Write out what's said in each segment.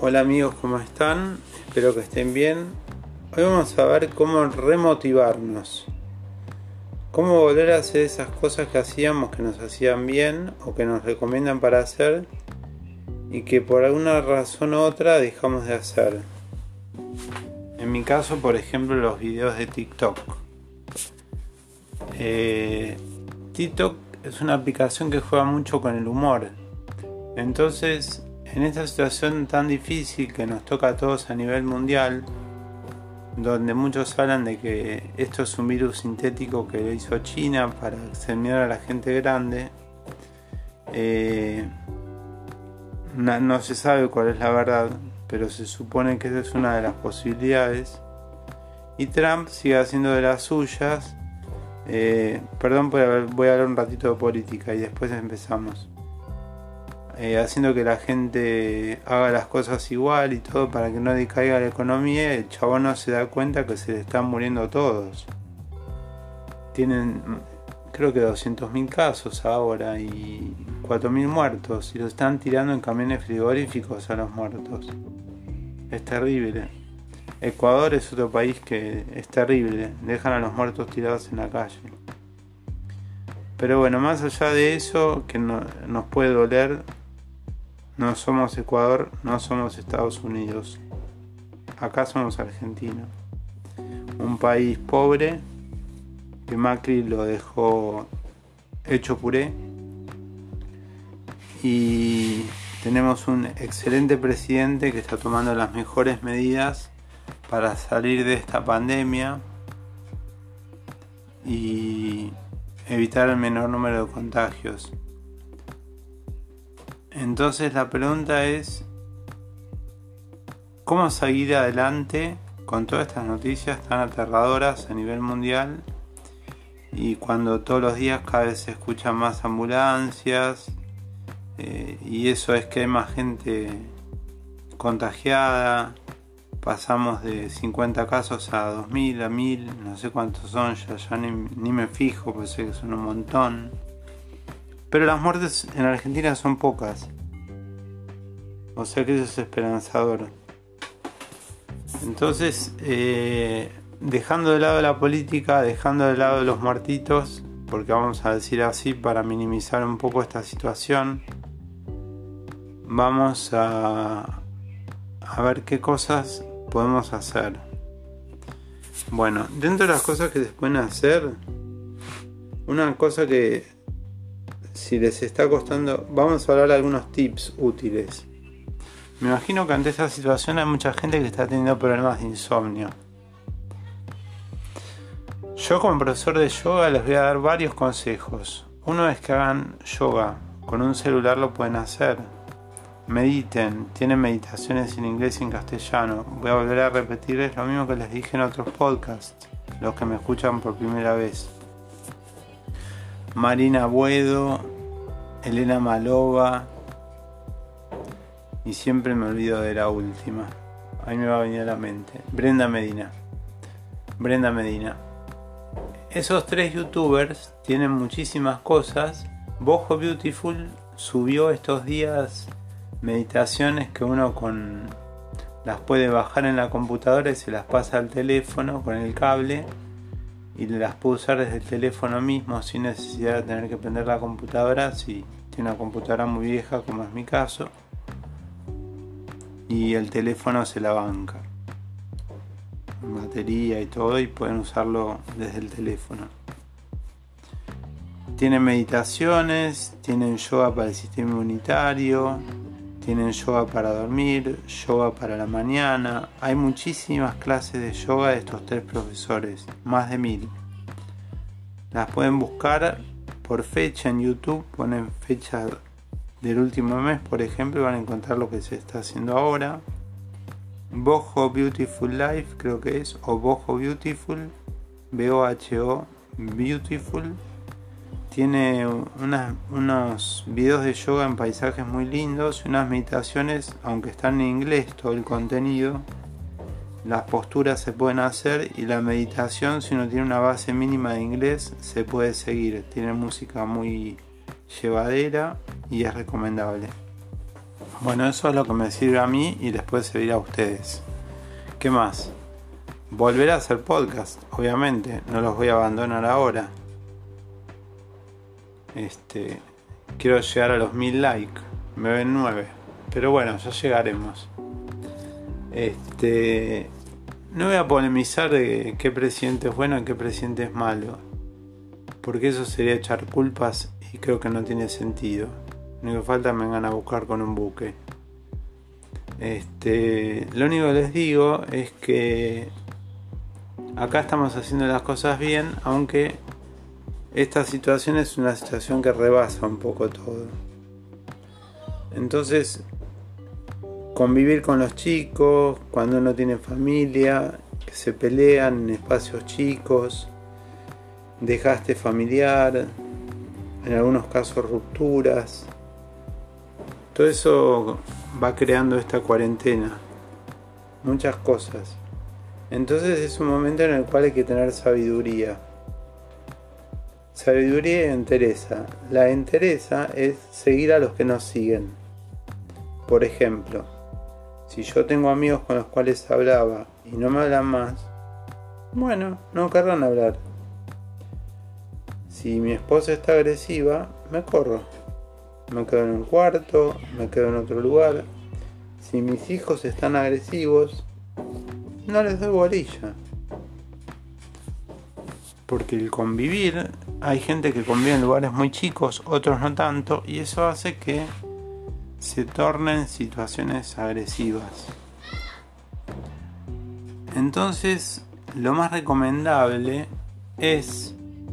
Hola amigos, ¿cómo están? Espero que estén bien. Hoy vamos a ver cómo remotivarnos. Cómo volver a hacer esas cosas que hacíamos que nos hacían bien o que nos recomiendan para hacer y que por alguna razón u otra dejamos de hacer. En mi caso, por ejemplo, los videos de TikTok. TikTok es una aplicación que juega mucho con el humor. Entonces, en esta situación tan difícil que nos toca a todos a nivel mundial, donde muchos hablan de que esto es un virus sintético que lo hizo China para exterminar a la gente grande, no se sabe cuál es la verdad, pero se supone que esa es una de las posibilidades. Y Trump sigue haciendo de las suyas. Perdón, voy a hablar un ratito de política y después empezamos. Haciendo que la gente haga las cosas igual y todo para que no decaiga la economía. El chabón no se da cuenta que se le están muriendo todos. Tienen creo que 200.000 casos ahora y 4.000 muertos, y los están tirando en camiones frigoríficos a los muertos. Es terrible. Ecuador es otro país que es terrible, dejan a los muertos tirados en la calle. Pero bueno, más allá de eso, que nos puede doler, no somos Ecuador, no somos Estados Unidos. Acá somos Argentina. Un país pobre que Macri lo dejó hecho puré. Y tenemos un excelente presidente que está tomando las mejores medidas para salir de esta pandemia y evitar el menor número de contagios. Entonces la pregunta es, ¿cómo seguir adelante con todas estas noticias tan aterradoras a nivel mundial? Y cuando todos los días cada vez se escuchan más ambulancias, y eso es que hay más gente contagiada. Pasamos de 50 casos a 2.000, a 1.000, no sé cuántos son, ya ni me fijo, pues sé que son un montón. Pero las muertes en Argentina son pocas. O sea que eso es esperanzador. Entonces, dejando de lado la política, dejando de lado los muertitos, porque vamos a decir así para minimizar un poco esta situación, vamos a ver qué cosas podemos hacer. Bueno, dentro de las cosas que se pueden hacer, una cosa que si les está costando, vamos a hablar de algunos tips útiles. Me imagino que ante esta situación hay mucha gente que está teniendo problemas de insomnio. Yo como profesor de yoga les voy a dar varios consejos. Uno es que hagan yoga, con un celular lo pueden hacer. Mediten, tienen meditaciones en inglés y en castellano. Voy a volver a repetirles lo mismo que les dije en otros podcasts, los que me escuchan por primera vez. Marina Buedo, Elena Malova, y siempre me olvido de la última, ahí me va a venir a la mente, Brenda Medina. Esos tres youtubers tienen muchísimas cosas. Bojo Beautiful subió estos días meditaciones que uno las puede bajar en la computadora y se las pasa al teléfono con el cable, y las puede usar desde el teléfono mismo sin necesidad de tener que prender la computadora si tiene una computadora muy vieja, como es mi caso, y el teléfono se la banca, batería y todo, y pueden usarlo desde el teléfono. Tienen meditaciones, tienen yoga para el sistema inmunitario, tienen yoga para dormir, yoga para la mañana. Hay muchísimas clases de yoga de estos tres profesores, más de 1.000. Las pueden buscar por fecha en YouTube, ponen fecha del último mes, por ejemplo, y van a encontrar lo que se está haciendo ahora. Bojo Beautiful Life, creo que es, o Bojo Beautiful, BOHO Beautiful. Tiene unos videos de yoga en paisajes muy lindos y unas meditaciones, aunque están en inglés todo el contenido. Las posturas se pueden hacer, y la meditación, si uno tiene una base mínima de inglés, se puede seguir. Tiene música muy llevadera y es recomendable. Bueno, eso es lo que me sirve a mí y después servirá a ustedes. ¿Qué más? Volver a hacer podcast, obviamente, no los voy a abandonar ahora. Quiero llegar a los 1000 likes, me ven 9, pero bueno, ya llegaremos. No voy a polemizar de qué presidente es bueno y qué presidente es malo, porque eso sería echar culpas y creo que no tiene sentido. Lo único que falta me vengan a buscar con un buque. Lo único que les digo es que acá estamos haciendo las cosas bien, aunque esta situación es una situación que rebasa un poco todo. Entonces, convivir con los chicos, cuando uno tiene familia, que se pelean en espacios chicos, desgaste familiar, en algunos casos rupturas, todo eso va creando esta cuarentena, muchas cosas. Entonces es un momento en el cual hay que tener sabiduría. Sabiduría y entereza. La entereza es seguir a los que nos siguen. Por ejemplo, si yo tengo amigos con los cuales hablaba y no me hablan más, bueno, no querrán hablar. Si mi esposa está agresiva, me corro. Me quedo en un cuarto, me quedo en otro lugar. Si mis hijos están agresivos, no les doy bolilla. Porque el convivir, hay gente que convive en lugares muy chicos, otros no tanto, y eso hace que se tornen situaciones agresivas. Entonces, lo más recomendable es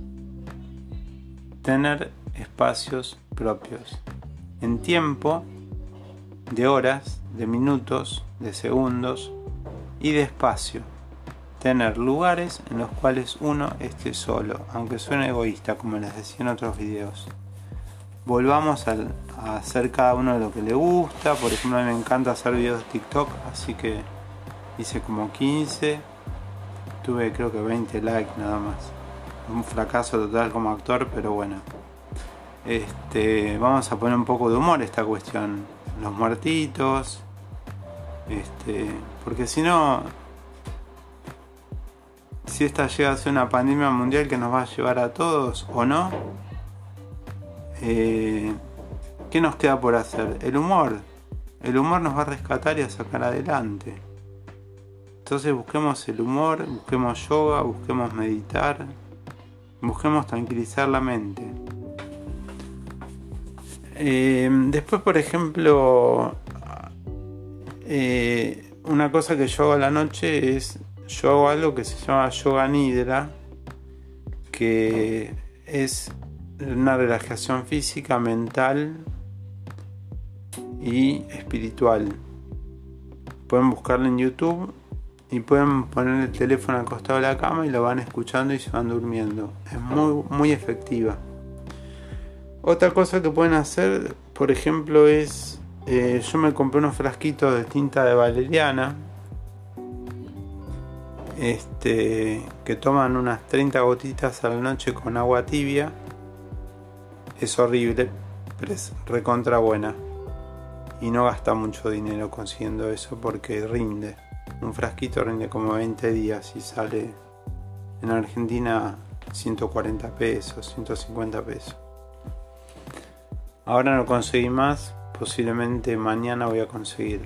tener espacios propios, en tiempo, de horas, de minutos, de segundos y de espacio. Tener lugares en los cuales uno esté solo, aunque suene egoísta, como les decía en otros videos. Volvamos a hacer cada uno lo que le gusta. Por ejemplo, a mí me encanta hacer videos de TikTok, así que hice como 15, tuve creo que 20 likes nada más. Un fracaso total como actor, pero bueno. Vamos a poner un poco de humor a esta cuestión. Los muertitos. Porque si no, si esta llega a ser una pandemia mundial que nos va a llevar a todos o no, ¿qué nos queda por hacer? El humor nos va a rescatar y a sacar adelante. Entonces busquemos el humor, busquemos yoga, busquemos meditar, busquemos tranquilizar la mente. Después, por ejemplo, una cosa que yo hago a la noche es, yo hago algo que se llama yoga nidra, que es una relajación física, mental y espiritual. Pueden buscarlo en YouTube y pueden poner el teléfono al costado de la cama y lo van escuchando y se van durmiendo. Es muy, muy efectiva. Otra cosa que pueden hacer, por ejemplo, es yo me compré unos frasquitos de tinta de valeriana, que toman unas 30 gotitas a la noche con agua tibia. Es horrible, pero es recontra buena. Y no gasta mucho dinero consiguiendo eso porque rinde. Un frasquito rinde como 20 días y sale en Argentina 140 pesos, 150 pesos. Ahora no conseguí más, posiblemente mañana voy a conseguir.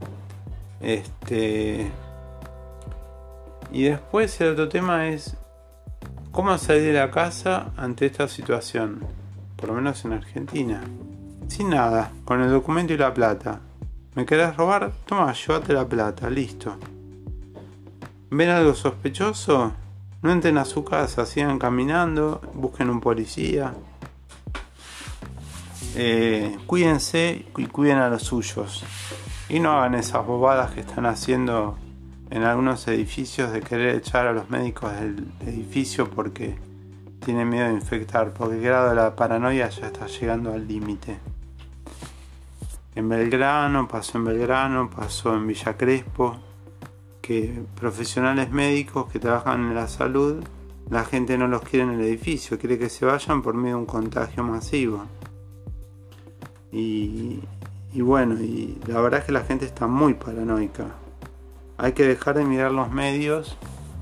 Y después el otro tema es cómo salir de la casa ante esta situación, por lo menos en Argentina. Sin nada, con el documento y la plata. ¿Me querés robar? Toma, llévate la plata, listo. ¿Ven algo sospechoso? No entren a su casa, sigan caminando, busquen un policía. Cuídense y cuiden a los suyos. Y no hagan esas bobadas que están haciendo en algunos edificios de querer echar a los médicos del edificio porque tienen miedo de infectar, porque el grado de la paranoia ya está llegando al límite. En Belgrano, pasó en Villa Crespo, que profesionales médicos que trabajan en la salud, la gente no los quiere en el edificio, quiere que se vayan por medio de un contagio masivo. Y Y bueno, y la verdad es que la gente está muy paranoica. Hay que dejar de mirar los medios.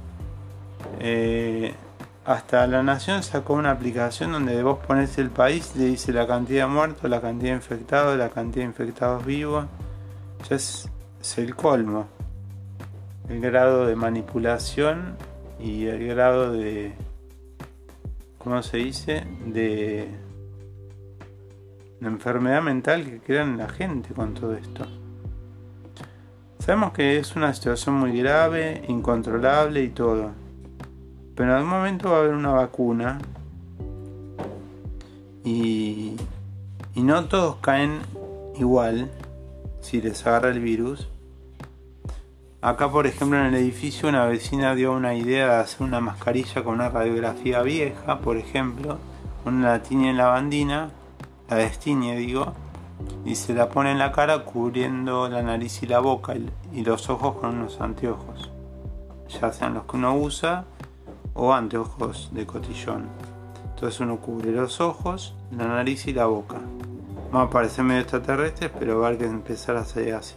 Hasta La Nación sacó una aplicación donde vos pones el país y te dice la cantidad de muertos, la cantidad de infectados, la cantidad de infectados vivos. Ya es el colmo. El grado de manipulación y el grado de, ¿cómo se dice? De enfermedad mental que crean en la gente con todo esto. Sabemos que es una situación muy grave, incontrolable y todo. Pero en algún momento va a haber una vacuna y no todos caen igual si les agarra el virus. Acá, por ejemplo, en el edificio una vecina dio una idea de hacer una mascarilla con una radiografía vieja, por ejemplo, una la tiñe en lavandina, la destiñe digo, y se la pone en la cara cubriendo la nariz y la boca y los ojos con unos anteojos, ya sean los que uno usa o anteojos de cotillón. Entonces uno cubre los ojos, la nariz y la boca. Va a parecer medio extraterrestre, pero va a haber que empezar a hacer así.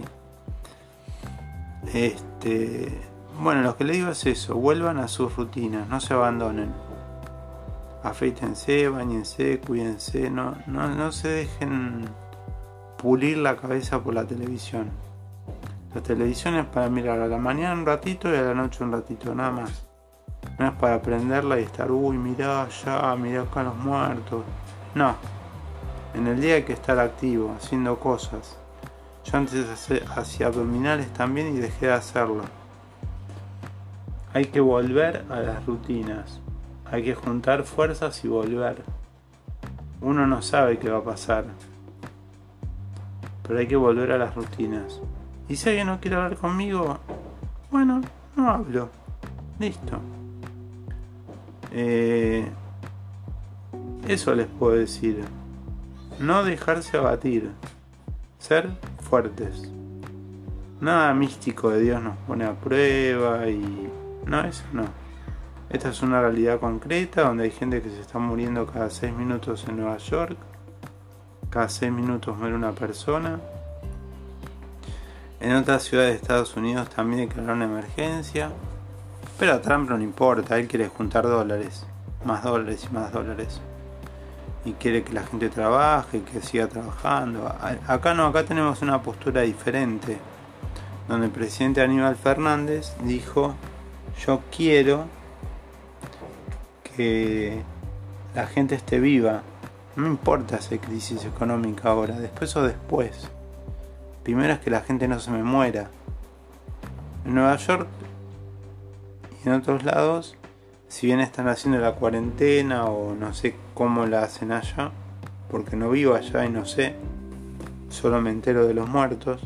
Bueno, lo que le digo es eso: vuelvan a sus rutinas, no se abandonen. Afeítense, bañense, cuídense, no se dejen pulir la cabeza por la televisión. La televisión es para mirar a la mañana un ratito y a la noche un ratito, nada más. No es para prenderla y estar, mirá allá, mirá acá los muertos. No. En el día hay que estar activo, haciendo cosas. Yo antes hacía abdominales también y dejé de hacerlo. Hay que volver a las rutinas. Hay que juntar fuerzas y volver. Uno no sabe qué va a pasar, pero hay que volver a las rutinas. Y si alguien no quiere hablar conmigo, bueno, no hablo. Listo. Eso les puedo decir. No dejarse abatir. Ser fuertes. Nada místico de Dios nos pone a prueba y... No, eso no. Esta es una realidad concreta donde hay gente que se está muriendo cada 6 minutos en Nueva York. Cada 6 minutos muere una persona. En otras ciudades de Estados Unidos también declararon emergencia. Pero a Trump no le importa, él quiere juntar dólares. Más dólares y más dólares. Y quiere que la gente trabaje, que siga trabajando. Acá no, acá tenemos una postura diferente. Donde el presidente Aníbal Fernández dijo: yo quiero que la gente esté viva. No me importa si hay crisis económica ahora, después o después. Primero es que la gente no se me muera. En Nueva York y en otros lados, si bien están haciendo la cuarentena o no sé cómo la hacen allá, porque no vivo allá y no sé, solo me entero de los muertos.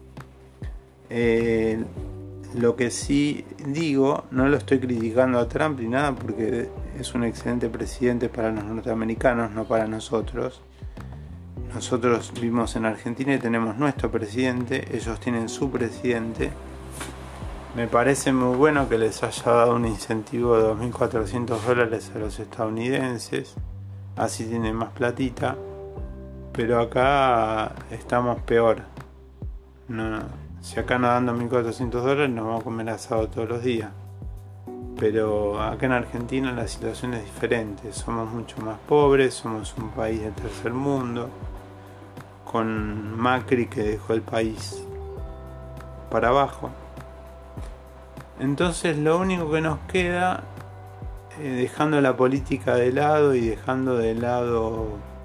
Lo que sí digo, no lo estoy criticando a Trump ni nada, porque es un excelente presidente para los norteamericanos, no para nosotros. Nosotros vivimos en Argentina y tenemos nuestro presidente, ellos tienen su presidente. Me parece muy bueno que les haya dado un incentivo de $2.400 a los estadounidenses, así tienen más platita, pero acá estamos peor. No, si acá nos dan $2.400 nos vamos a comer asado todos los días, pero acá en Argentina la situación es diferente, somos mucho más pobres, somos un país de tercer mundo, con Macri que dejó el país para abajo. Entonces lo único que nos queda, dejando la política de lado y dejando de lado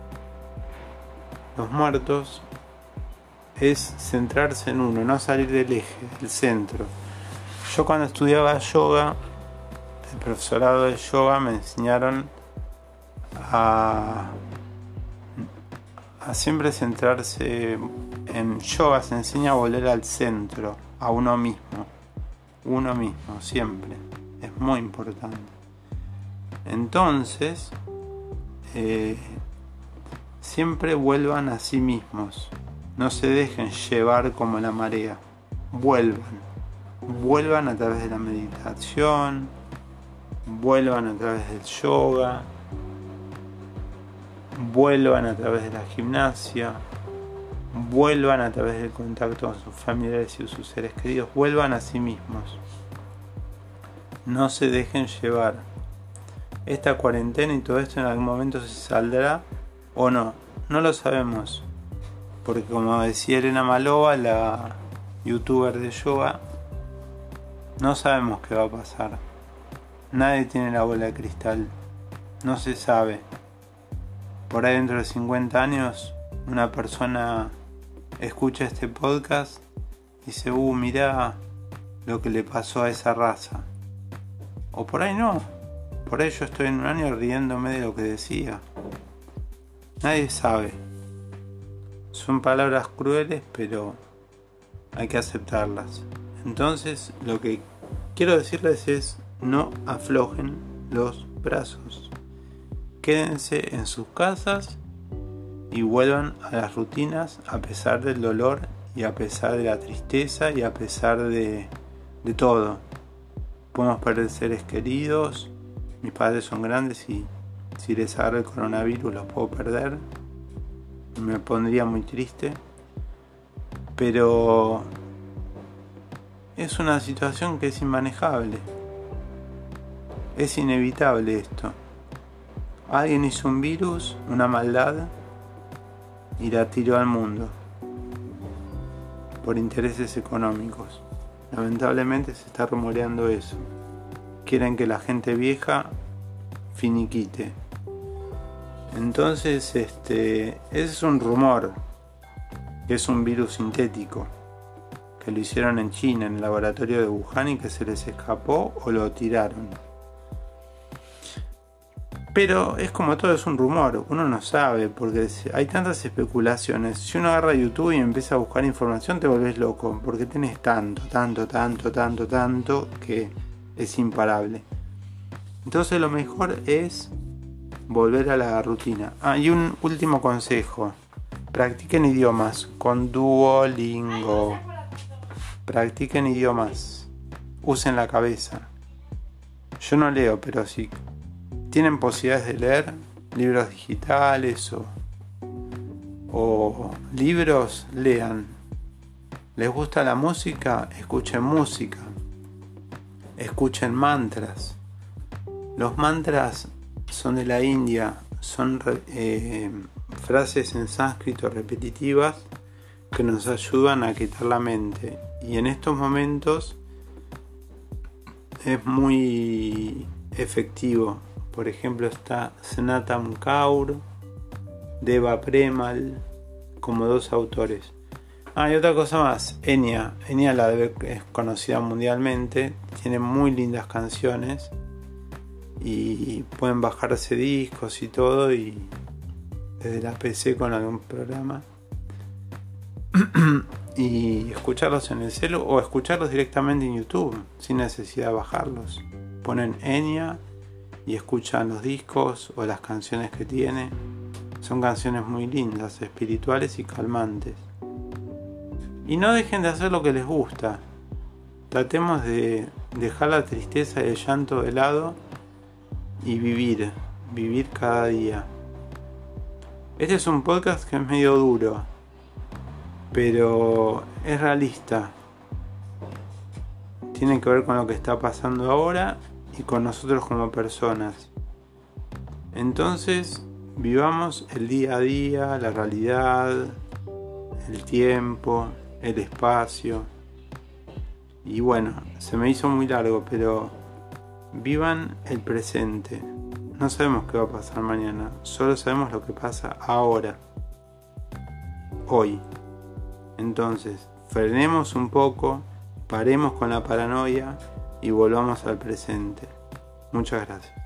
los muertos, es centrarse en uno, no salir del eje, del centro. Yo cuando estudiaba yoga, el profesorado de yoga me enseñaron a siempre centrarse en yoga. Se enseña a volver al centro, a uno mismo, siempre, es muy importante. Entonces siempre vuelvan a sí mismos, no se dejen llevar como la marea, vuelvan a través de la meditación, vuelvan a través del yoga, vuelvan a través de la gimnasia, vuelvan a través del contacto con sus familiares y sus seres queridos, vuelvan a sí mismos. No se dejen llevar. Esta cuarentena y todo esto en algún momento se saldrá o no. No lo sabemos. Porque como decía Elena Malova, la youtuber de yoga, no sabemos qué va a pasar. Nadie tiene la bola de cristal. No se sabe. Por ahí dentro de 50 años una persona escucha este podcast y dice, mirá lo que le pasó a esa raza. O por ahí no. Por ahí yo estoy en un año riéndome de lo que decía. Nadie sabe. Son palabras crueles, pero hay que aceptarlas. Entonces, lo que quiero decirles es, no aflojen los brazos. Quédense en sus casas y vuelvan a las rutinas a pesar del dolor y a pesar de la tristeza y a pesar de todo. Podemos perder seres queridos. Mis padres son grandes y si les agarra el coronavirus los puedo perder. Me pondría muy triste. Pero es una situación que es inmanejable. Es inevitable esto. Alguien hizo un virus, una maldad, y la tiró al mundo por intereses económicos. Lamentablemente se está rumoreando eso. Quieren que la gente vieja finiquite. Entonces, ese es un rumor. Que es un virus sintético. Que lo hicieron en China, en el laboratorio de Wuhan, y que se les escapó o lo tiraron. Pero es como todo, es un rumor, uno no sabe, porque hay tantas especulaciones. Si uno agarra YouTube y empieza a buscar información, te volvés loco, porque tenés tanto, que es imparable. Entonces lo mejor es volver a la rutina. Y un último consejo: practiquen idiomas con Duolingo. Practiquen idiomas, usen la cabeza. Yo no leo, pero sí. Tienen posibilidades de leer libros digitales o libros, lean. ¿Les gusta la música? Escuchen música. Escuchen mantras. Los mantras son de la India, son frases en sánscrito repetitivas que nos ayudan a quitar la mente. Y en estos momentos es muy efectivo. Por ejemplo, está Snatam Kaur, Deva Premal, como dos autores. Y otra cosa más, Enya es conocida mundialmente, tiene muy lindas canciones y pueden bajarse discos y todo, y desde la PC con algún programa y escucharlos en el celu o escucharlos directamente en YouTube sin necesidad de bajarlos. Ponen Enya y escuchan los discos o las canciones que tiene. Son canciones muy lindas, espirituales y calmantes. Y no dejen de hacer lo que les gusta. Tratemos de dejar la tristeza y el llanto de lado y vivir cada día. Este es un podcast que es medio duro, pero es realista. Tiene que ver con lo que está pasando ahora y con nosotros como personas. Entonces, vivamos el día a día, la realidad, el tiempo, el espacio. Y bueno, se me hizo muy largo, pero vivan el presente. No sabemos qué va a pasar mañana, solo sabemos lo que pasa ahora, hoy. Entonces, frenemos un poco, paremos con la paranoia y volvamos al presente. Muchas gracias.